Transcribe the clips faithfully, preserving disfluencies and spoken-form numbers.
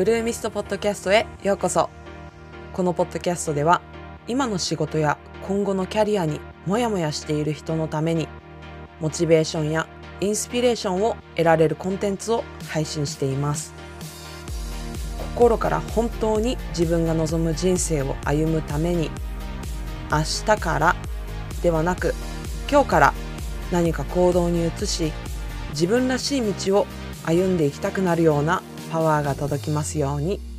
ブルーミストポッドキャストへようこそ。このポッドキャストでは今の仕事や今後のキャリアにモヤモヤしている人のためにモチベーションやインスピレーションを得られるコンテンツを配信しています。心から本当に自分が望む人生を歩むために、明日からではなく今日から何か行動に移し、自分らしい道を歩んでいきたくなるようなパワーが届きますように。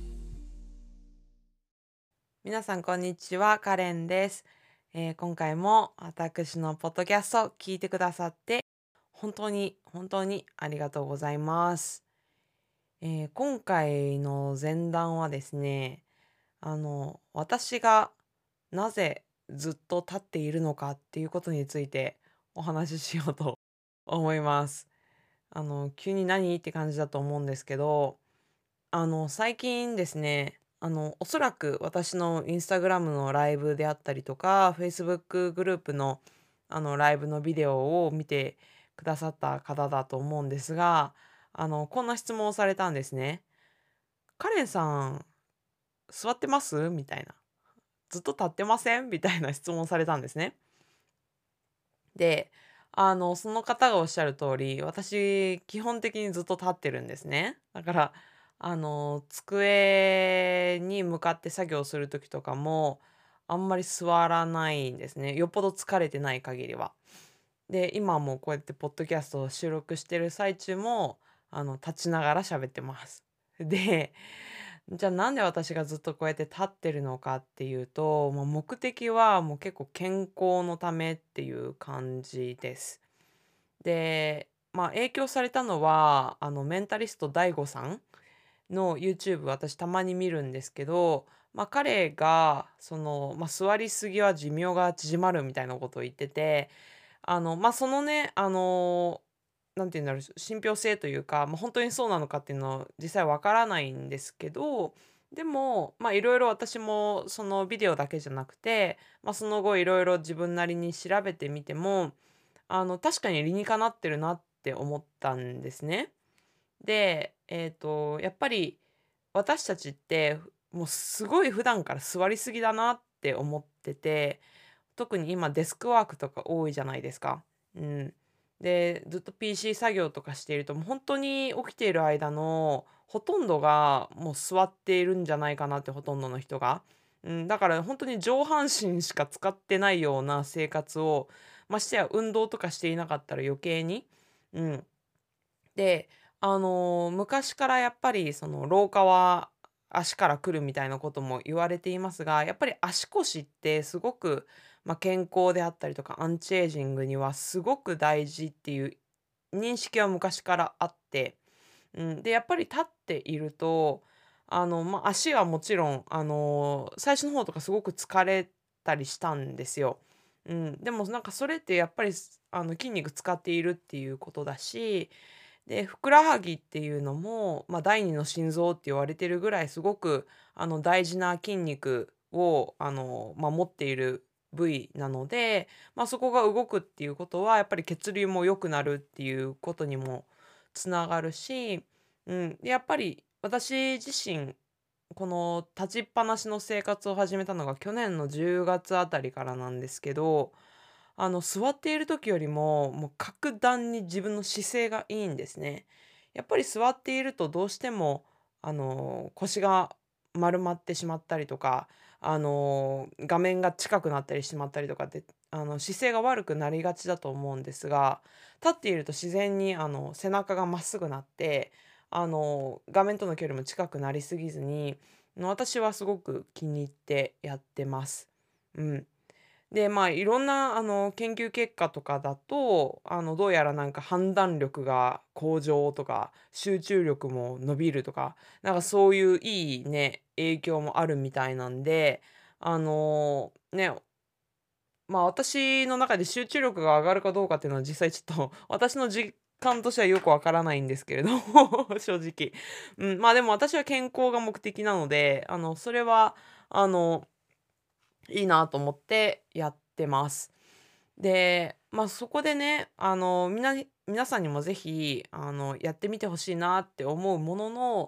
皆さんこんにちは、カレンです。えー今回も私のポッドキャストを聞いてくださって本当に本当にありがとうございます。えー今回の前段はですね、あの私がなぜずっと立っているのかっていうことについてお話ししようと思います。あの急に何って感じだと思うんですけど、あの最近ですね、あのおそらく私のインスタグラムのライブであったりとか、フェイスブックグループのあのライブのビデオを見てくださった方だと思うんですが、あのこんな質問をされたんですね。カレンさん、座ってますみたいな。ずっと立ってませんみたいな質問をされたんですね。で、あの、その方がおっしゃる通り、私、基本的にずっと立ってるんですね。だから、あの、机に向かって作業する時とかも、あんまり座らないんですね。よっぽど疲れてない限りは。で、今もこうやってポッドキャストを収録してる最中も、あの、立ちながら喋ってます。で、じゃあなんで私がずっとこうやって立ってるのかっていうと、もう目的はもう結構健康のためっていう感じです。で、まあ影響されたのは、あのメンタリスト ダイゴ さんの YouTube 私たまに見るんですけど、まあ彼がその、まあ、座りすぎは寿命が縮まるみたいなことを言ってて、あの、まあ、そのね、あの、なんて言うんだろう、信憑性というか、まあ、本当にそうなのかっていうのは実際わからないんですけど、でも、まあ、いろいろ私もそのビデオだけじゃなくて、まあ、その後いろいろ自分なりに調べてみても、あの、確かに理にかなってるなって思ったんですね。で、えっと、やっぱり私たちってもうすごい普段から座りすぎだなって思ってて、特に今デスクワークとか多いじゃないですか。うん。で、ずっと ピーシー 作業とかしていると、もう本当に起きている間のほとんどがもう座っているんじゃないかなって、ほとんどの人が。うん、だから本当に上半身しか使ってないような生活を、ましてや運動とかしていなかったら余計に。うん。で、あの、昔からやっぱりその老化は足から来るみたいなことも言われていますが、やっぱり足腰ってすごく、まあ、健康であったりとかアンチエイジングにはすごく大事っていう認識は昔からあって、うん、で、やっぱり立っていると、あの、まあ、足はもちろん、あの、最初の方とかすごく疲れたりしたんですよ。うん、でもなんかそれってやっぱり、あの、筋肉使っているっていうことだし、で、ふくらはぎっていうのも、まあ、第二の心臓って言われてるぐらいすごく、あの、大事な筋肉を、あの、まあ、持っている部位なので、まあ、そこが動くっていうことは、やっぱり血流も良くなるっていうことにもつながるし、うん、でやっぱり私自身、この立ちっぱなしの生活を始めたのが去年のじゅうがつあたりからなんですけど、あの、座っている時よりも、もう格段に自分の姿勢がいいんですね。やっぱり座っているとどうしても、あの、腰が丸まってしまったりとか、あの、画面が近くなったりしまったりとかって、あの、姿勢が悪くなりがちだと思うんですが、立っていると自然に、あの、背中がまっすぐなって、あの、画面との距離も近くなりすぎずに、私はすごく気に入ってやってます。うん。で、まあ、いろんな、あの、研究結果とかだと、あの、どうやらなんか判断力が向上とか、集中力も伸びるとか、なんかそういういいね、影響もあるみたいなんで、あの、ね、まあ、私の中で集中力が上がるかどうかっていうのは実際ちょっと私の実感としてはよくわからないんですけれども正直。うん、まあ、でも私は健康が目的なので、あの、それは、あのいいなと思ってやってます。で、まあ、そこでね、あの、みな皆さんにもぜひ、あの、やってみてほしいなって思うものの、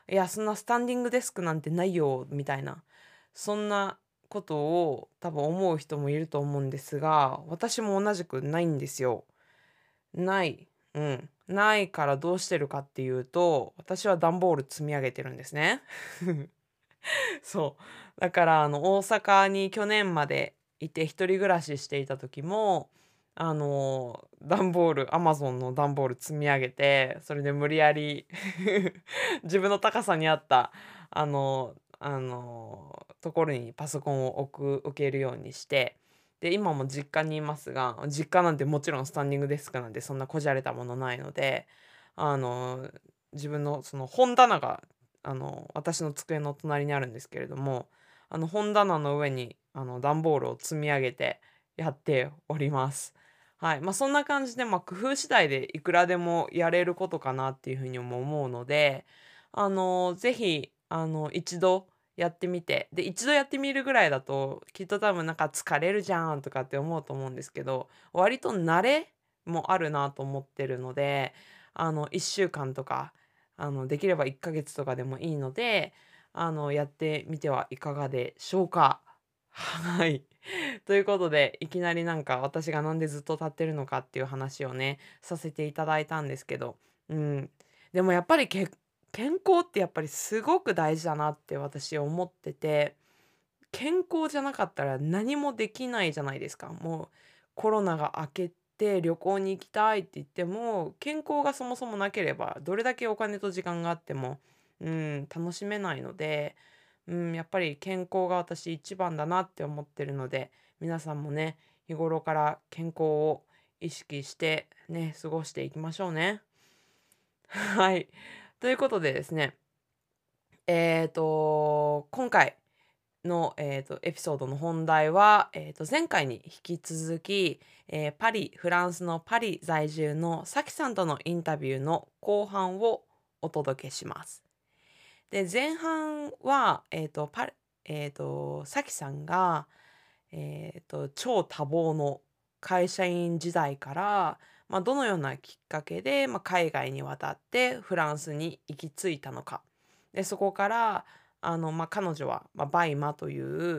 いや、そんなスタンディングデスクなんてないよみたいな、そんなことを多分思う人もいると思うんですが、私も同じくないんですよ。ない。うん。ないからどうしてるかっていうと、私は段ボール積み上げてるんですね。そう。だから、あの、大阪に去年までいて一人暮らししていた時も、あの、段ボール、アマゾンの段ボール積み上げて、それで無理やり自分の高さに合った、あのあの、ところにパソコンを置く置けるようにして、で、今も実家にいますが、実家なんてもちろんスタンディングデスクなんてそんなこじゃれたものないので、あの、自分のその本棚があの、私の机の隣にあるんですけれども、あの、本棚の上に、あの、段ボールを積み上げてやっております。はい。まあ、そんな感じで、まあ、工夫次第でいくらでもやれることかなっていうふうにも思うので、あの、ぜひ、あの、一度やってみて、で、一度やってみるぐらいだと、きっと多分なんか疲れるじゃんとかって思うと思うんですけど、割と慣れもあるなと思ってるので、あの、いっしゅうかんとかあの、できればいっかげつとかでもいいので、あの、やってみてはいかがでしょうか。はい。ということで、いきなりなんか私がなんでずっと立ってるのかっていう話をね、させていただいたんですけど、うん。でもやっぱりけ健康ってやっぱりすごく大事だなって私思ってて、健康じゃなかったら何もできないじゃないですか。もうコロナが明けて旅行に行きたいって言っても、健康がそもそもなければ、どれだけお金と時間があっても、うん、楽しめないので、うん、やっぱり健康が私一番だなって思ってるので、皆さんもね、日頃から健康を意識してね、過ごしていきましょうね。はい。ということでですね、えっと、今回の、えーと、エピソードの本題は、えーと、前回に引き続き、えーパリ、フランスのパリ在住のサキさんとのインタビューの後半をお届けします。で、前半は、えーと、パリ、えーと、サキさんが、えーと、超多忙の会社員時代から、まあ、どのようなきっかけで、まあ、海外に渡ってフランスに行き着いたのか。で、そこから、あの、まあ、彼女は、まあ、バイマという、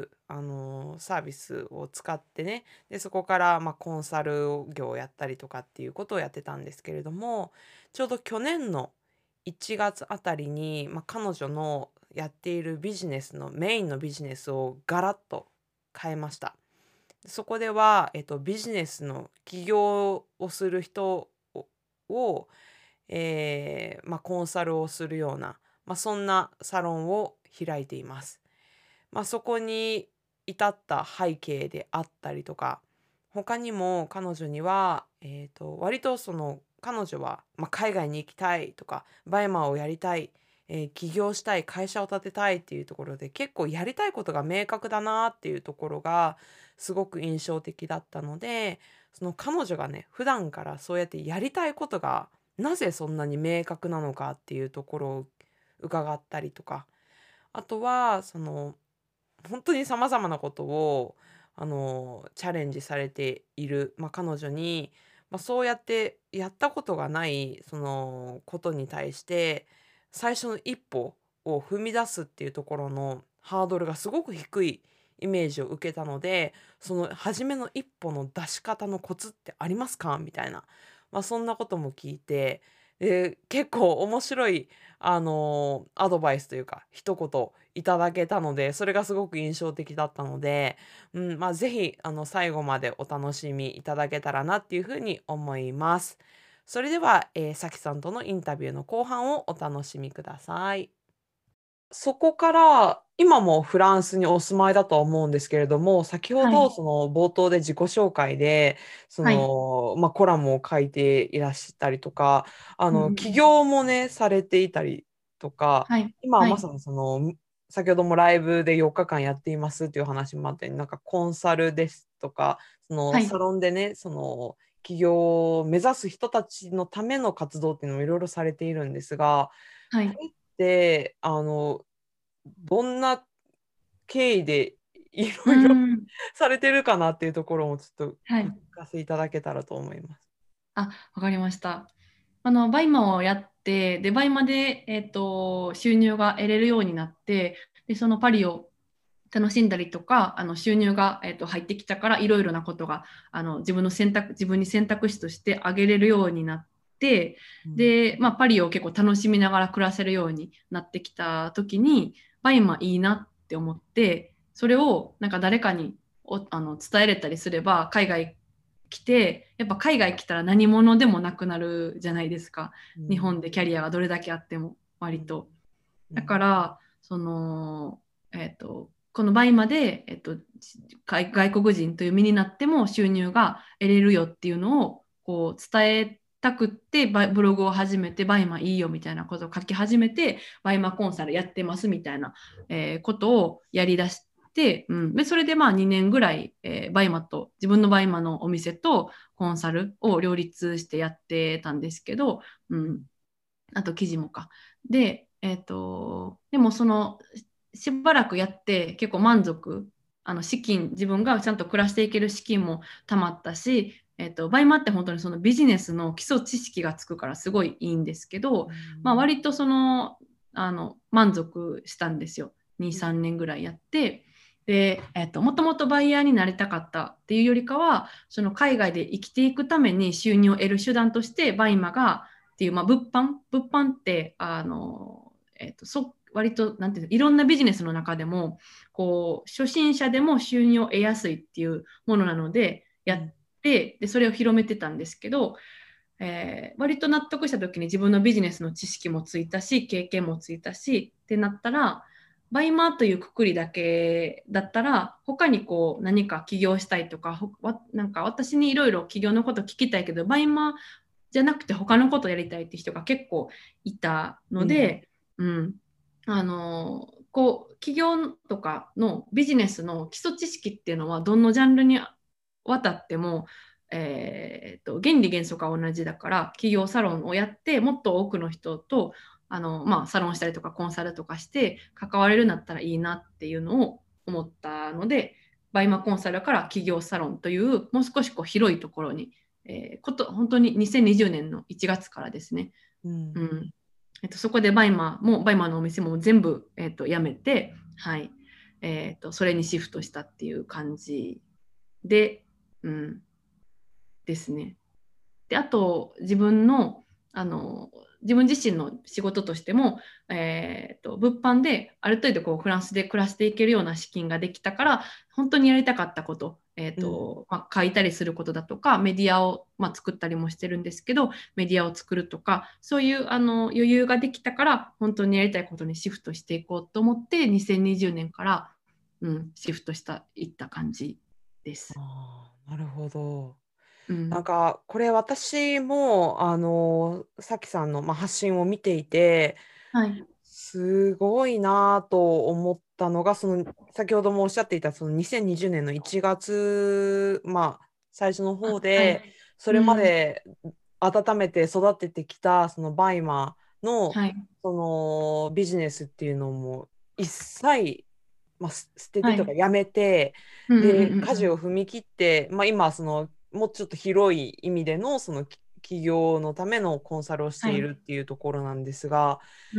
あの、サービスを使ってね、で、そこから、まあ、コンサル業をやったりとかっていうことをやってたんですけれども、ちょうど去年のいちがつあたりに、まあ、彼女のやっているビジネスのメインのビジネスをガラッと変えました。そこでは、えっと、ビジネスの起業をする人をを、えーまあ、コンサルをするような、まあ、そんなサロンを開いています。まあ、そこに至った背景であったりとか、他にも彼女には、えーと、割とその彼女は、まあ、海外に行きたいとか、バイマーをやりたい、えー起業したい、会社を建てたいっていうところで結構やりたいことが明確だなっていうところがすごく印象的だったので、その彼女がね、普段からそうやってやりたいことがなぜそんなに明確なのかっていうところを伺ったりとか、あとはその本当に様々なことを、あの、チャレンジされている、まあ、彼女に、まあ、そうやってやったことがない、その、ことに対して、最初の一歩を踏み出すっていうところのハードルがすごく低いイメージを受けたので、その初めの一歩の出し方のコツってありますか？みたいな、まあ、そんなことも聞いて、で、結構面白い、あの、アドバイスというか、一言いただけたので、それがすごく印象的だったので、うん、まあ、ぜひ、あの、最後までお楽しみいただけたらなっていうふうに思います。それでは、えー、さきさんとのインタビューの後半をお楽しみください。そこから、今もフランスにお住まいだとは思うんですけれども、先ほはい、 どその冒頭で自己紹介で、そはい、 の、まあ、コラムを書いていらしたりとか、あうんうんうの、起ん、 業もね、されていたりとか、 はい、はい、 今はまさにその、先ほどもライブでよっかかんやっていますっていう話もあって、なんかコンサルですとか、そのサはい、 ロンでね、その起業を目指す人たちのための活動っていうのもいろいろされているんですが、 はい、 これって、あの、どんな経緯でいうろいろん、 されてるかなっていうところもちょっとお聞はい。 かせいただけたらと思います。 あ、わかりました。 あの、バイマをやって、で、バイマで、えっと、収入が得れるようになって、で、そのパリを楽しんだりとか、あの収入が、えっと、入ってきたから、いろいろなことがあの自分の選択、自分に選択肢としてあげれるようになって、 うん。 で、まあ、パリを結構楽しみながら暮らせるようになってきた時に、バイマいいなって思って、それをなんか誰かにおあの伝えれたりすれば、海外来て、やっぱ海外来たら何者でもなくなるじゃないですか。日うん。 本でキャリアがどれだけあっても、 うん。 割と。だかうん。 ら、その、えっと、この倍まで、えっと、外外国人という身になっても収入が得れるよっていうのをこう伝えたくってバイブログを始めてバイマいいよみたいなことを書き始めてバイマコンサルやってますみたいな、えーことをやりだして、うん、でそれでまあにねんぐらい、えーバイマと自分のバイマのお店とコンサルを両立してやってたんですけど、うん、あと記事もか。で、えっと、でもそのしばらくやって結構満足、あの資金、自分がちゃんと暮らしていける資金もたまったし、えっと、バイマって本当にそのビジネスの基礎知識がつくからすごいいいんですけど、 うまあ、 ん。 割とその、あの満足したんですよ。に、さんねんぐらいやって。で、えっと、もともとバイヤーになりたかったっていうよりかは、その海外で生きていくために収入を得る手段としてバイマがっていう、まあ、物販物販ってあの、えーと、そ割となんていうのいろんなビジネスの中でもこう初心者でも収入を得やすいっていうものなのでやっうん。 てでそれを広めてたんですけど、えー割と納得した時に自分のビジネスの知識もついたし経験もついたしってなったらバイマーというくくりだけだったら他にこう何か起業したいとかなんか私にいろいろ起業のこと聞きたいけどバイマーじゃなくて他のことやりたいって人が結構いたうん。 ので、うん、あのこう企業とかのビジネスの基礎知識っていうのはどのジャンルにわたっても、えーと、原理原則は同じだから企業サロンをやってもっと多くの人とあの、まあ、サロンしたりとかコンサルとかして関われるんだったらいいなっていうのを思ったのでバイマコンサルから企業サロンというもう少しこう広いところにえー、こと本当ににせんにじゅうねんのいちがつからですね、 うん。 うんえっと、そこでバイマーもバイマーのお店も全部、えっと、辞めて、はいえっと、それにシフトしたっていう感じで、うん、ですね。で、あと、自分の、あの、自分自身の仕事としても、えーと、物販である程度こうフランスで暮らしていけるような資金ができたから、本当にやりたかったこと、えーうん。 とまあ、書いたりすることだとか、メディアを、まあ、作ったりもしてるんですけど、メディアを作るとか、そういうあの余裕ができたから、本当にやりたいことにシフトしていこうと思って、にせんにじゅうねんから、うん、シフトしたいった感じです。 ああ、なるほど。なんうん、 か、これ私も、あの、さきさんの、まあ、発信を見ていて、 はい、 すごいなと思ったのが、その、先ほどもおっしゃっていた、そのにせんにじゅうねんのいちがつ、まあ、最初の方あはで、 い、 それまうん、 で温めて育ててきた、そのバイマーの、 はい。 そのビジネスっていうのも、一切、まあ、す捨ててとかはい。 やめて、 うんうんで、 うんうん。 舵を踏み切って、まあ、今、その、もうちょっと広い意味での、その、き企業のためのコンサルをしてはい。 いるっていうところなんですが、 うん。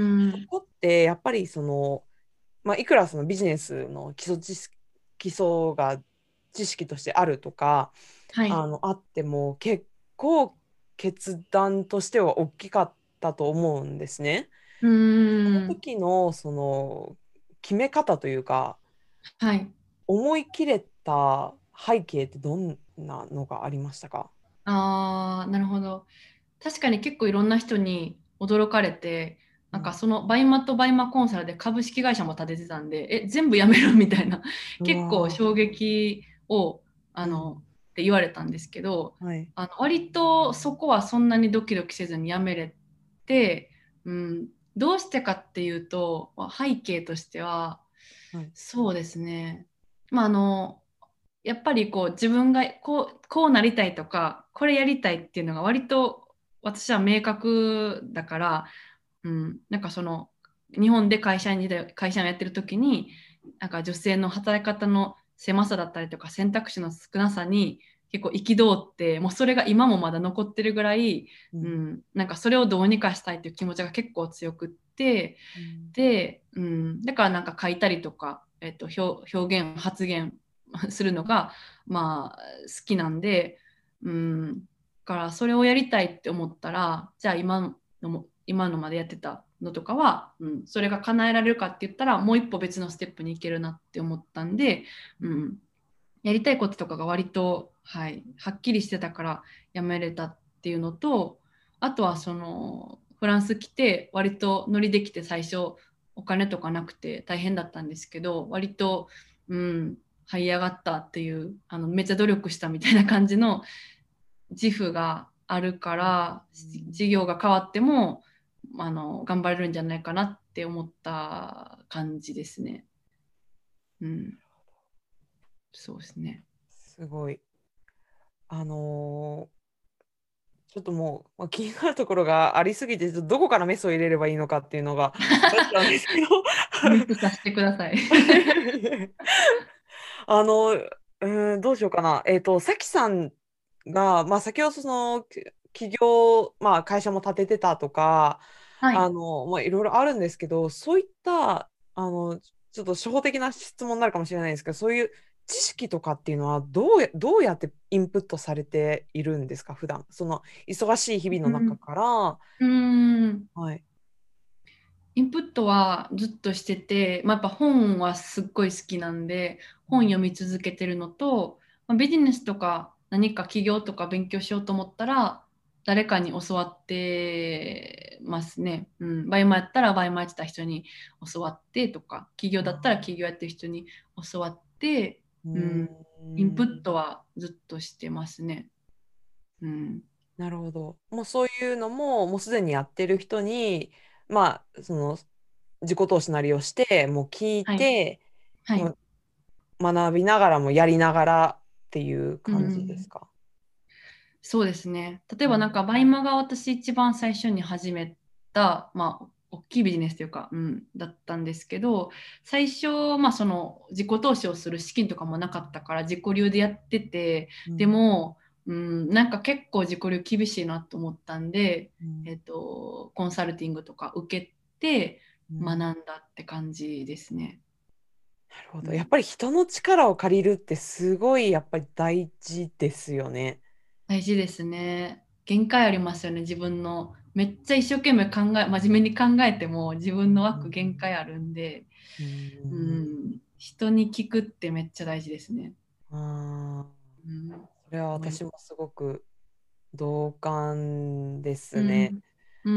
そこってやっぱりその、まあ、いくらそのビジネスの基礎知識、基礎が知識としてあるとか、 はい。 あの、あっても結構決断としては大きかったと思うんですね。 うそのーん。 時のその決め方というか、 はい。 思い切れた背景ってどんなのがありましたか？ ああ、なるほど。確かに結構いろんな人に驚かれて、 うん。 なんかそのバイマとバイマコンサルで株式会社も立ててたんで、え、全部やめるみたいな、 う結構わ衝撃を、あー。うの、 ん。 って言われたんですけど、 はい。 あの割とそこはそんなにドキドキせずにやめれて、うん、どうしてかっていうと、まあ背景としては、 はい。 そうですね。まあ、あの、やっぱりこう自分がこう、こうなりたいとか、これやりたいっていうのが割と私は明確だから、うん、なんかその日本で会社員時代、会社員をやってる時に、なんか女性の働き方の狭さだったりとか選択肢の少なさに結構憤って、もうそれが今もまだ残ってるぐらい、 うん。 うん、なんかそれをどうにかしたいっていう気持ちが結構強くって、 うん。 で、うん、だからなんか書いたりとか、えっと、表、表現発言するのがまあ好きなんで、うん、だからそれをやりたいって思ったら、じゃあ今のも今のまでやってたのとかは、うん、それが叶えられるかって言ったらもう一歩別のステップに行けるなって思ったんで、うん、やりたいこととかが割と、はい、はっきりしてたからやめれたっていうのと、あとはそのフランス来て割とノリできて、最初お金とかなくて大変だったんですけど、割と、うん、這い上がったっていう、あのめっちゃ努力したみたいな感じの自負があるから、事業が変わってもあの頑張れるんじゃないかなって思った感じですね。うん、そうですね。 すごい。あのーちょっともう、まあ、気になるところがありすぎて、ちょっとどこからメスを入れればいいのかっていうのが迷っちゃうんですけど。 ミスさせてください。 あの、うん、どうしようかな。えっと、さきさんが、まあ、先ほどそのき企業、まあ、会社も立ててたとか、 はい。 あの、まあ、いろいろあるんですけど、そういった、あの、ちょっと初歩的な質問になるかもしれないんですけど、そういう知識とかっていうのはどうや、どうやってインプットされているんですか、普段。その忙しい日々の中うん。 から、 うーん。 はい。 インプットはずっとしてて、まあ、やっぱ本はすっごい好きなんで、本読み続けてるのと、まあ、ビジネスとか何か起業とか勉強しようと思ったら、誰かに教わってますね。うん。バイマやったらバイマやってた人に教わってとか、起業だったら起業やってる人に教わって、 ううん。インプッん。 トはずっとしてますね。うん。 なるほど。もうそういうのも、もうすでにやってる人に、まあ、その自己投資なりをして、もう聞いはい。 て、 はい。 もう学びながらもやりながらっていうう感じですん。 か。 そうですね。例えうん。 ばなんかバイマが私一番最初に始めた、まあ、大きいビジネスというか、うん、だったんですけど、最初、まあ、その自己投資をする資金とかもなかったから自己流でやってて、でうん。 も、うん、なんか結構自己流厳しいなと思ったんで、 うん。 えっと、コンサルティングとか受けて学んうん。 だって感じですね。 なるほど。やっうん、 ぱり人の力を借りるってすごいやっぱり大事ですよね。 大事ですね。限界ありますよね、自分の。めっちゃ一生懸命考え、真面目に考えても自分の枠限界あるんで、 ううん。 ん、人に聞くってめっちゃ大事ですね。 ああ、 うん、 それは思います。 私もすごく同感ですね。 うん、うん、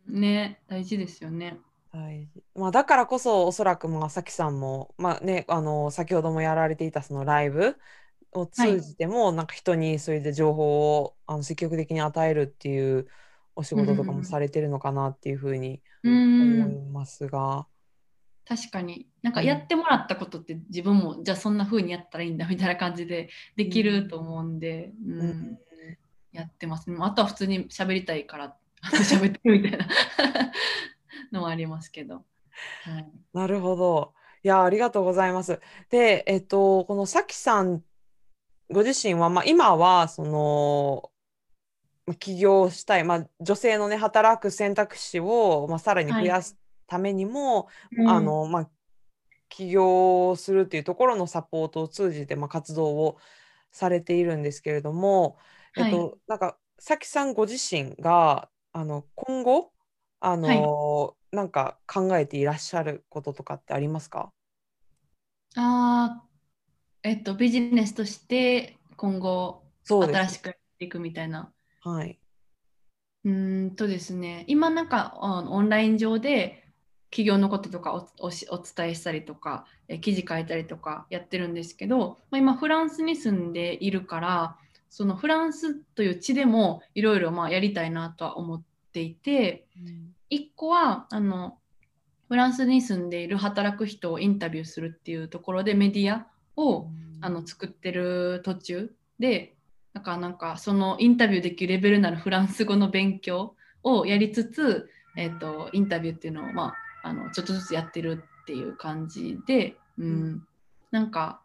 ね、大事ですよね。 大事。まあ、だからこそ、おそらく、まあ、さきさんも、まあね、あの、先ほどもやられていたそのライブを通はい。 じても、なんか人にそれで情報をあの積極的に与えるっていうお仕う事とかもさん、 れてるのかなっていうふうにうん、う思いん、 ますが。 確かに。なんかやっうん。 てもらったことって自分もじゃあそんな風にやったらいいんだみたいな感じででうきるとん。 思うんで、ううん。 ん、やってますね。あとは普通に喋りたいからあの喋ってるみたいなのはありますけど。はい。 なるほど。いや、ありがとうございます。で、えっと、このさきさんご自身は、まあ、今は、その、まあ起業したい、まあ、女性のね、働く選択肢を、まあ、さらにはい。 増やすためにも、 うん。 あの、まあ、起業するっていうところのサポートを通じて、まあ、活動をされているんですけれども、えっはい。 と、なんか、さきさんご自身が、あの、今後、あはい。 の、なんか考えていらっしゃることとかってありますか？ ああ、えっと、ビジネスとして今後そうです。 新しくやっていくみたいな。 はい。 うーんとですね、今なんかあのオンライン上で企業のこととかお、おしお伝えしたりとか、え記事書いたりとかやってるんですけど、まあ、今フランスに住んでいるから、そのフランスという地でもいろいろまあやりたいなとは思っていて、 うん。 一個はあのフランスに住んでいる働く人をインタビューするっていうところでメディアうをあん。 の作ってる途中で、なんかなんかそのインタビューできるレベルなるフランス語の勉強をやりつつ、えっと、インタビューっていうのを、まあ、あのちょっとずつやってるっていう感じで、ううん。 ん、なんか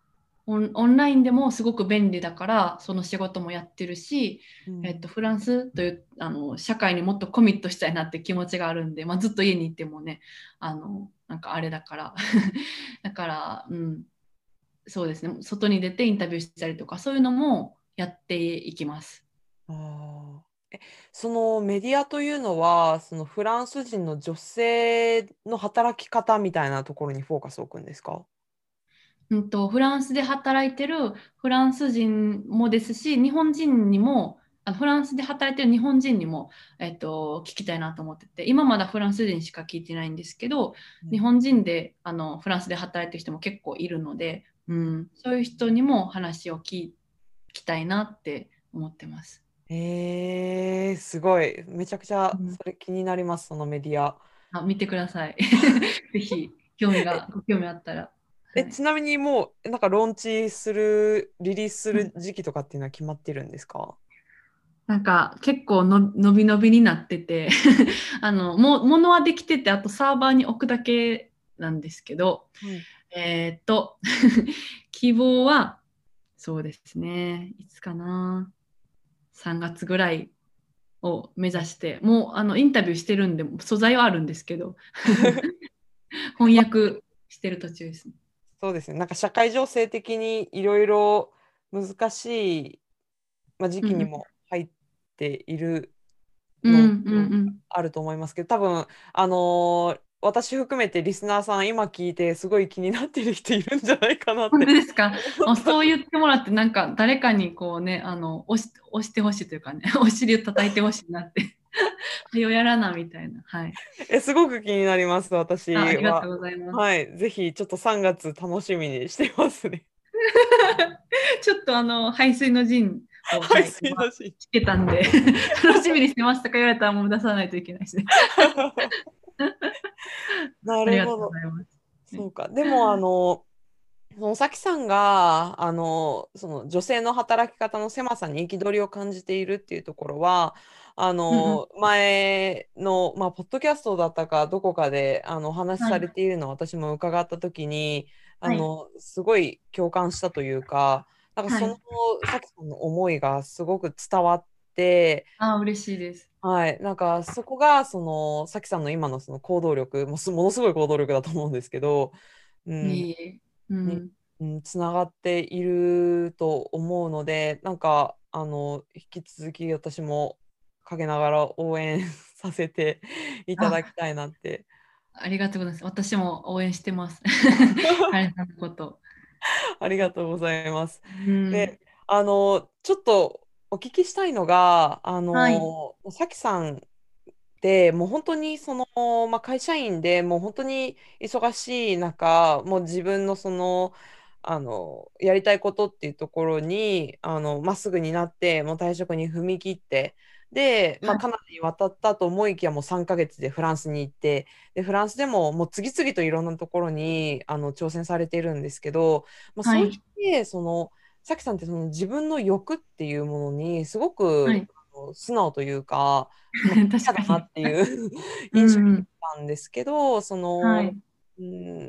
オン、オンラインでもすごく便利だから、その仕事もやってるし、えっと、 うん。 フランスというあの社会にもっとコミットしたいなって気持ちがあるんで、まあ、ずっと家にいてもね、あの、なんかあれだから。だから、うん、そうですね、外に出てインタビューしたりとか、そういうのもやっていきます。 ああ。え、そのメディアというのは、そのフランス人の女性の働き方みたいなところにフォーカスを置くんですか？ うんと、フランスで働いてるフランス人もですし、日本人にも、あのフランスで働いてる日本人にも、えっと、聞きたいなと思ってて、今まだフランス人しか聞いてないんですけど、 うん。 日本人であのフランスで働いてる人も結構いるので、うん、そういう人にも話を聞きたいなって思ってます。 えー、すごい。めちゃくちゃうん、 それ気になります、そのメディア。 あ、見てください。ぜひ、興味が、ご興味あったら。はえ、 い。 ちなみにもう、なんかローンチする、リリースすうん、 る時期とかっていうのは決まってるんですか？ なんか結構の伸び伸びになっててあのも、ものはできてて、あとサーバーに置くだけなんですけど、 はい。 えーっと、希望は、そうですね、いつかな、さんがつぐらいを目指して、もうあのインタビューしてるんで、素材はあるんですけど、翻まあ、 訳してる途中ですね。 そうですね。なんか社会情勢的にいろいろ難しい、まあ、時期にうんも入っているのうんうんうんうん。 あると思いますけど、多分、あのー私含めてリスナーさん今聞いてすごい気になってる人いるんじゃないかなっ本当てですか？ 思あ、 った。 そう言ってもらって、なんか誰かにこうね、あの、押し、押してほしいというかね、お尻を叩いてほしいなって。よやらな、みたいな。はい。 え、すごく気になります、 あ、あ私は。 りがとうございます。 はい、ぜひちょっとさんがつ楽しみにしてますね。 ちょっとあの、排水の陣を、 排はい、今、 水のシーン。 してたんで楽しみにしてますとか言われたらもう出さないといけないですね。 なありがとうごるほど。 ざいます。ね、 そうか。でも、あの、そのさきさんが、あの、その女性の働き方の狭さに憤りを感じているっていうところは、あうんうん。 の、前の、まあ、ポッドキャストだったか、どこかで、あの、お話しはい。 されているのを私も伺ったときに、あはい。 の、すごい共感したというか、なんかその、 はい。 さきさんの思いがすごく伝わって、 あ、嬉しいです。 はい、なんかそこが、その、さきさんの今のその行動力、もうすものすごい行動力だと思うんですけど、ういえん、 いえ。うに、 ん。 うん、つながっていると思うので、なんか、あの、引き続き私も陰ながら応援させていたあ、 だきたいなって。 ありがとうございます。私も応援してます。カレンさんのこと。 ありがとうございます。 うん。 で、あの、ちょっとお聞きしたいのが、あはい。 の、さきさんで、もう本当にその、まあ、会社員でもう本当に忙しい中、もう自分のその、あの、やりたいことっていうところに、あの、まっすぐになって、もう退職に踏み切って、で、まあ、 はい。 カナダに渡ったと思いきやもうさんかげつでフランスに行って、で、フランスでももう次々といろんなところにあの挑戦されているんですけど、まあ、そういっはい。 て、その、さきさんってその自分の欲っていうものにすごくはい。 あの素直というか、まあ、嫌だなっ確かに。 ていうう印象を受けんうん。 たんですけど、その、 はい。 うん、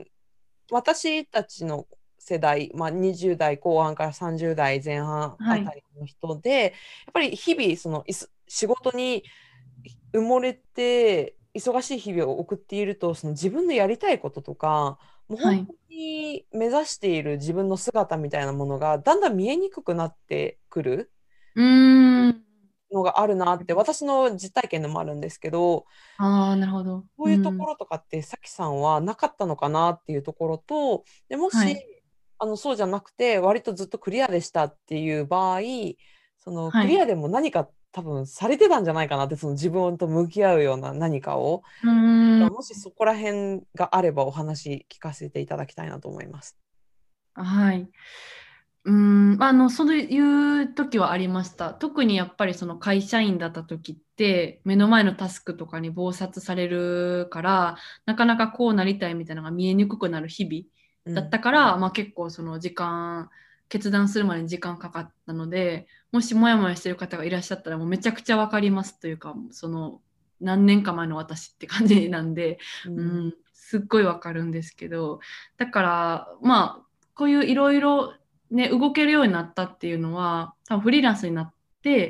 私たちの世代、まあ、にじゅう代後半からさんじゅう代前半はい。 あたりの人で、やっぱり日々そのいす仕事に埋もれて忙しい日々を送っていると、その自分のやりたいこととか、もうはい。 本当に目指している自分の姿みたいなものがだんだん見えにくくなってくるうーん。 のがあるなって、私の実体験でもあるんですけど、 ああ、なるほど。 そういうとこうん。 ろとかってさきさんはなかったのかなっていうところと、でもしはい。 あのそうじゃなくて割とずっとクリアでしたっていう場合、そのはい。 クリアでも何か多分されてたんじゃないかなって、その自分と向き合うような何かを、 うーん。 もしそこら辺があればお話聞かせていただきたいなと思います。 はい。うーん。あの、そういう時はありました。特にやっぱりその会社員だった時って、目の前のタスクとかに忙殺されるから、なかなかこうなりたいみたいなのが見えにくくなる日々だっうん。 たから、まあ結構その時間、決断するまでに時間かかったので、もしもやもやしてる方がいらっしゃったら、もうめちゃくちゃわかりますというか、その何年か前の私って感じなんで、 うん。 うん、すっごいわかるんですけど、だから、まあ、こういういろいろね、動けるようになったっていうのは、多分フリーランスになって、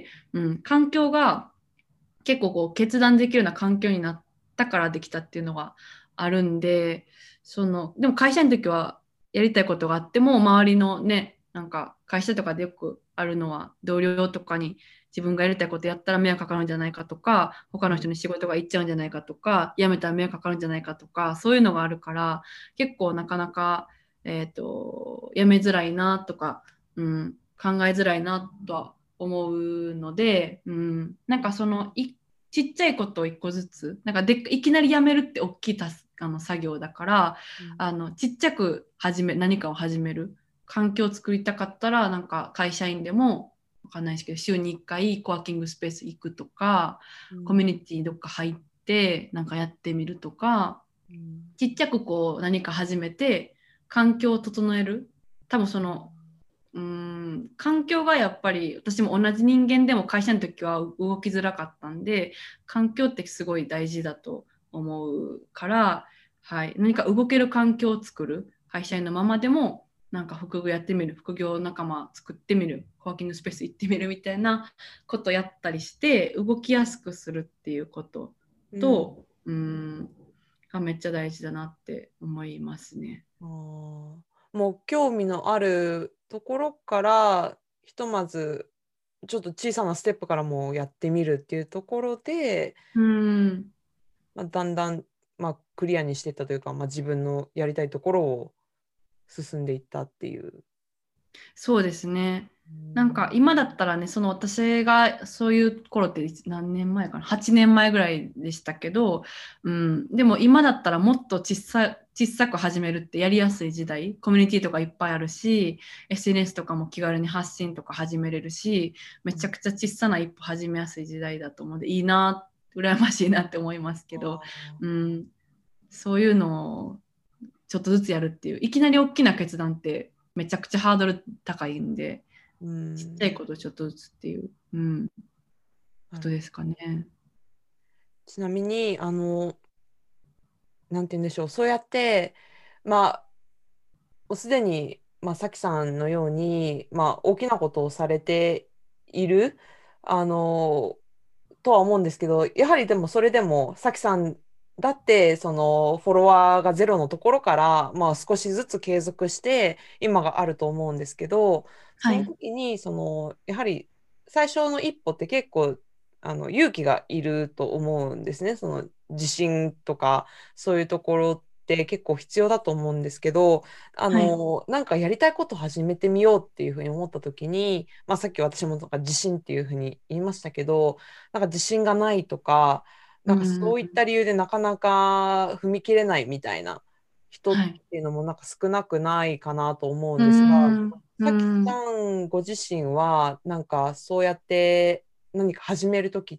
うん、環境が結構こう決断できるような環境になったからできたっていうのがあるんで、その、でも会社の時はやりたいことがあっても、周りのね、なんか会社とかでよくあるのは、同僚とかに自分がやりたいことやったら迷惑かかるんじゃないかとか、他の人に仕事が行っちゃうんじゃないかとか、辞めたら迷惑かかるんじゃないかとか、そういうのがあるから、結構なかなか、えっと、辞めづらいなとか、うん、考えづらいなとは思うので、うん、なんかそのいちっちゃいことを一個ずつ、なんかでいきなりやめるって大きいタスあの作業だから、 うんあのちっちゃく始め何かを始める環境を作りたかったら、なんか会社員でもわかんないですけど、週にいっかいコワーキングスペース行くとか、コミュニティどっか入ってなんかやってみるとか、 うんちっちゃくこう何か始めて環境を整える。多分そのうーん環境がやっぱり私も同じ人間でも会社の時は動きづらかったんで、環境ってすごい大事だと思うから、はい、何か動ける環境を作る。会社員のままでもなんか副業やってみる、副業仲間作ってみる、コワーキングスペース行ってみるみたいなことやったりして動きやすくするっていうことうんと、うーんがめっちゃ大事だなって思いますね。 あーもう興味のあるところからひとまずちょっと小さなステップからもやってみるっていうところで、 うーんまあ、だんだん、まあ、クリアにしていったというか、まあ、自分のやりたいところを進んでいったっていう。 そうですね。なんかうん今だったらね、その私がそういう頃って何年前かな、はちねんまえぐらいでしたけど、うん、でも今だったらもっと小さ、小さく始めるってやりやすい時代、コミュニティとかいっぱいあるし、エスエヌエス とかも気軽に発信とか始めれるし、めちゃくちゃ小さな一歩始めやすい時代だと思うので、いいな、羨ましいなって思いますけど、 あうん、そういうのをちょっとずつやるっていう、いきなり大きな決断ってめちゃくちゃハードル高いんで、 ーうちっちゃいんことちょっとずつっていう、うん、こなるとですかね。 ちなみにあのなんて言うんでしょう、そうやってまあもうすでに、まあ、さきさんのように、まあ、大きなことをされている、あの、とは思うんですけど、やはりでもそれでも、さきさんだって、そのフォロワーがゼロのところから、まあ、少しずつ継続して、今があると思うんですけど、そのはい。 時に、その、やはり最初の一歩って結構、あの勇気がいると思うんですね。その自信とか、そういうところって結構必要だと思うんですけど、あはい。 の、なんかやりたいことを始めてみようっていうふうに思った時に、まあ、さっき私もなんか自信っていうふうに言いましたけど、なんか自信がないとか、なんかうん。 そういった理由でなかなか踏み切れないみたいな人っはい。 ていうのもなんか少なくないかなと思うんうですが、 ん。うさきさん。 んご自身はなんかそうやって何か始める時って、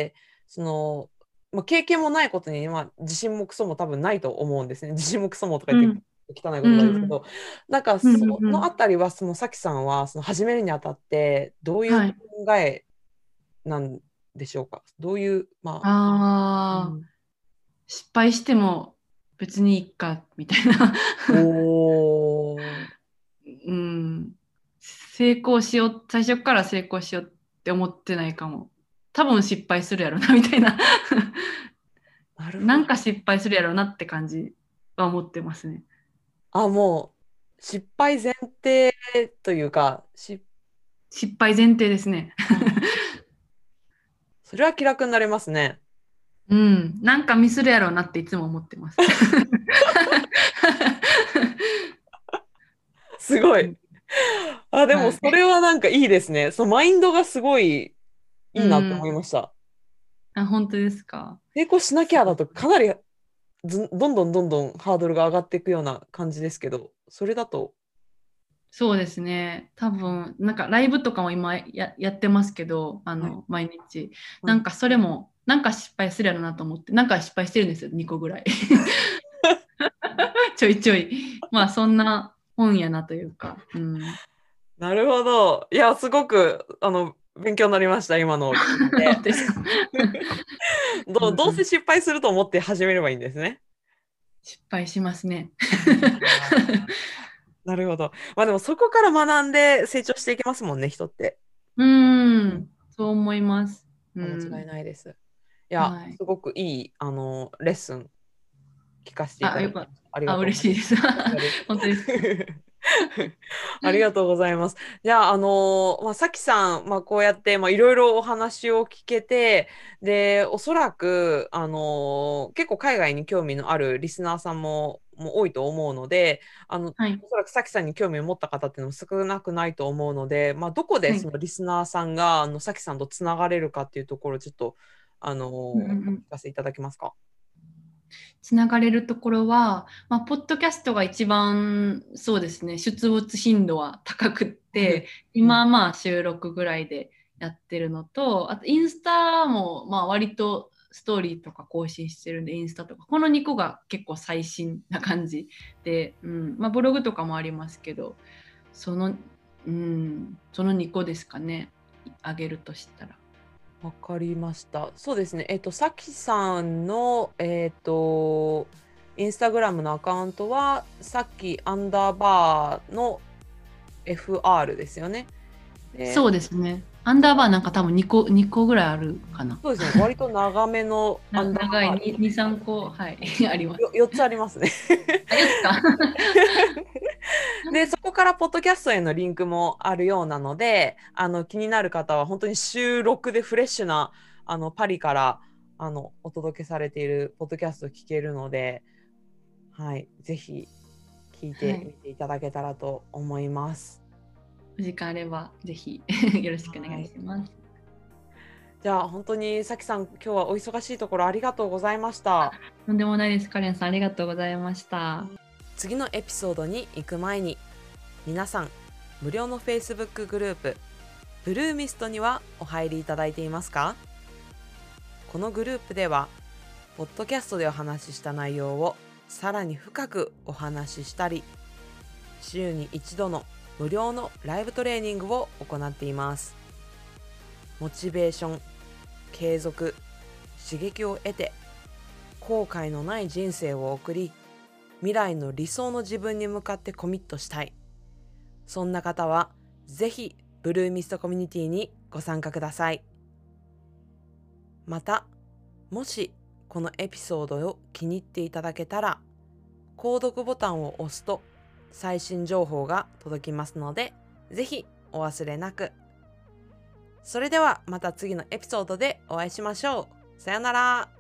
その、まあ、経験もないことに、まあ、自信もクソも多分ないと思うんですね。自信もクソもとか言ってうん。 汚いう言葉ですけん。 ど、なんかうん。 そうん。 のあたりは、そのさきさんはその始めるにあたってどういう考はい。 えなんでしょうか。どういう、まあ、うああ、 ん、 失敗しても別にいいか、みたいな。 おー、 うん。成功しよう、最初から成功しようって思ってないかも。多分失敗するやろな、みたいな。 なるほど。 なんか失敗するやろなって感じは思ってますね。 あ、もう失敗前提というか、し、 失敗前提ですね。 あそれは気楽になりますね。 うん。なんかミスるやろうなっていつも思ってます。 すごい。 うん、 あ、でもそはい。 れはなんかいいですね。そのマインドがすごいういいなって思いん。 ました。 あ、本当ですか。 成功しなきそう。 ゃだとかなりずどんどんどんどんハードルが上がっていくような感じですけど、それだと。 そうですね。多分、なんかライブとかも今や、やってますけど、あはい。 の、毎日。 はい。 なんかそれも、なんか失敗するやろなと思って、なんか失敗してるんですよ、にこぐらい。ちょいちょい。まあ、そんな本やなというか。うん。 なるほど。いや、すごく、あの、勉強になりました、今のを聞いて。 本当ですか。 どう、どうせうん、 失敗すると思って始めればいいんですね。 失敗しますね。 なるほど。まあでもそこから学んで成長していけますもんね、人って。 うーん、そう思います。う間違いん。 ないです。いや、 はい。 すごくいい、あの、レッスン聞かせていあ、 ただよかった。 きました。ありがあ、 とうございます。 嬉しいです。 よかったです。 本当ですか。 ありがとうございます。じゃあ、あのまあ、さきさん、まあ、こうやって、まあ、いろいろお話を聞けて、で、おそらく、あの結構海外に興味のあるリスナーさんも、も多いと思うので、あの、 はい。 おそらくさきさんに興味を持った方っていうのも少なくないと思うので、まあ、どこではい。 そのリスナーさんが、あの、さきさんとつながれるかっていうところ、ちょっと、あのうんうんうお聞ん。 かせいただけますか？ つながれるところは、まあ、ポッドキャストが一番そうですね、出没頻度は高くって、 うん。 今はまあ収録ぐらいでやってるのと、あとインスタもまあ割とストーリーとか更新してるんで、インスタとか、このにこが結構最新な感じで、うんまあ、ブログとかもありますけど、その、うん、そのにこですかね、あげるとしたら。 わかりました。そうですね。えっと、さきさんの、えっと、インスタグラムのアカウントは、さっきアンダーバーの エフアール ですよね。で、 そうですね。アンダーバーなんか多分にこ、にこぐらいあるかな。 そうですね。割と長めのアなンダー長いバーに、に、さんこ、はい、あります。 よよっつありますね。 あ、よっつか。 で、そこからポッドキャストへのリンクもあるようなので、あの気になる方は本当に週ろくでフレッシュなあのパリからあのお届けされているポッドキャストを聞けるので、はい、ぜひ聞いてみはい。 ていただけたらと思います。 お時間あれば、ぜひよろしくお願いはい。 します。 じゃあ本当にさきさん、今日はお忙しいところありがとうございました。 とんでもないです。カレンさん、ありがとうございました。 次のエピソードに行く前に、皆さん無料の Facebook グループブルーミストにはお入りいただいていますか？このグループではポッドキャストでお話しした内容をさらに深くお話ししたり、週に一度の無料のライブトレーニングを行っています。モチベーション、継続、刺激を得て後悔のない人生を送り、未来の理想の自分に向かってコミットしたい、そんな方はぜひブルーミストコミュニティにご参加ください。また、もしこのエピソードを気に入っていただけたら、購読ボタンを押すと最新情報が届きますので、ぜひお忘れなく。それではまた次のエピソードでお会いしましょう。さよなら。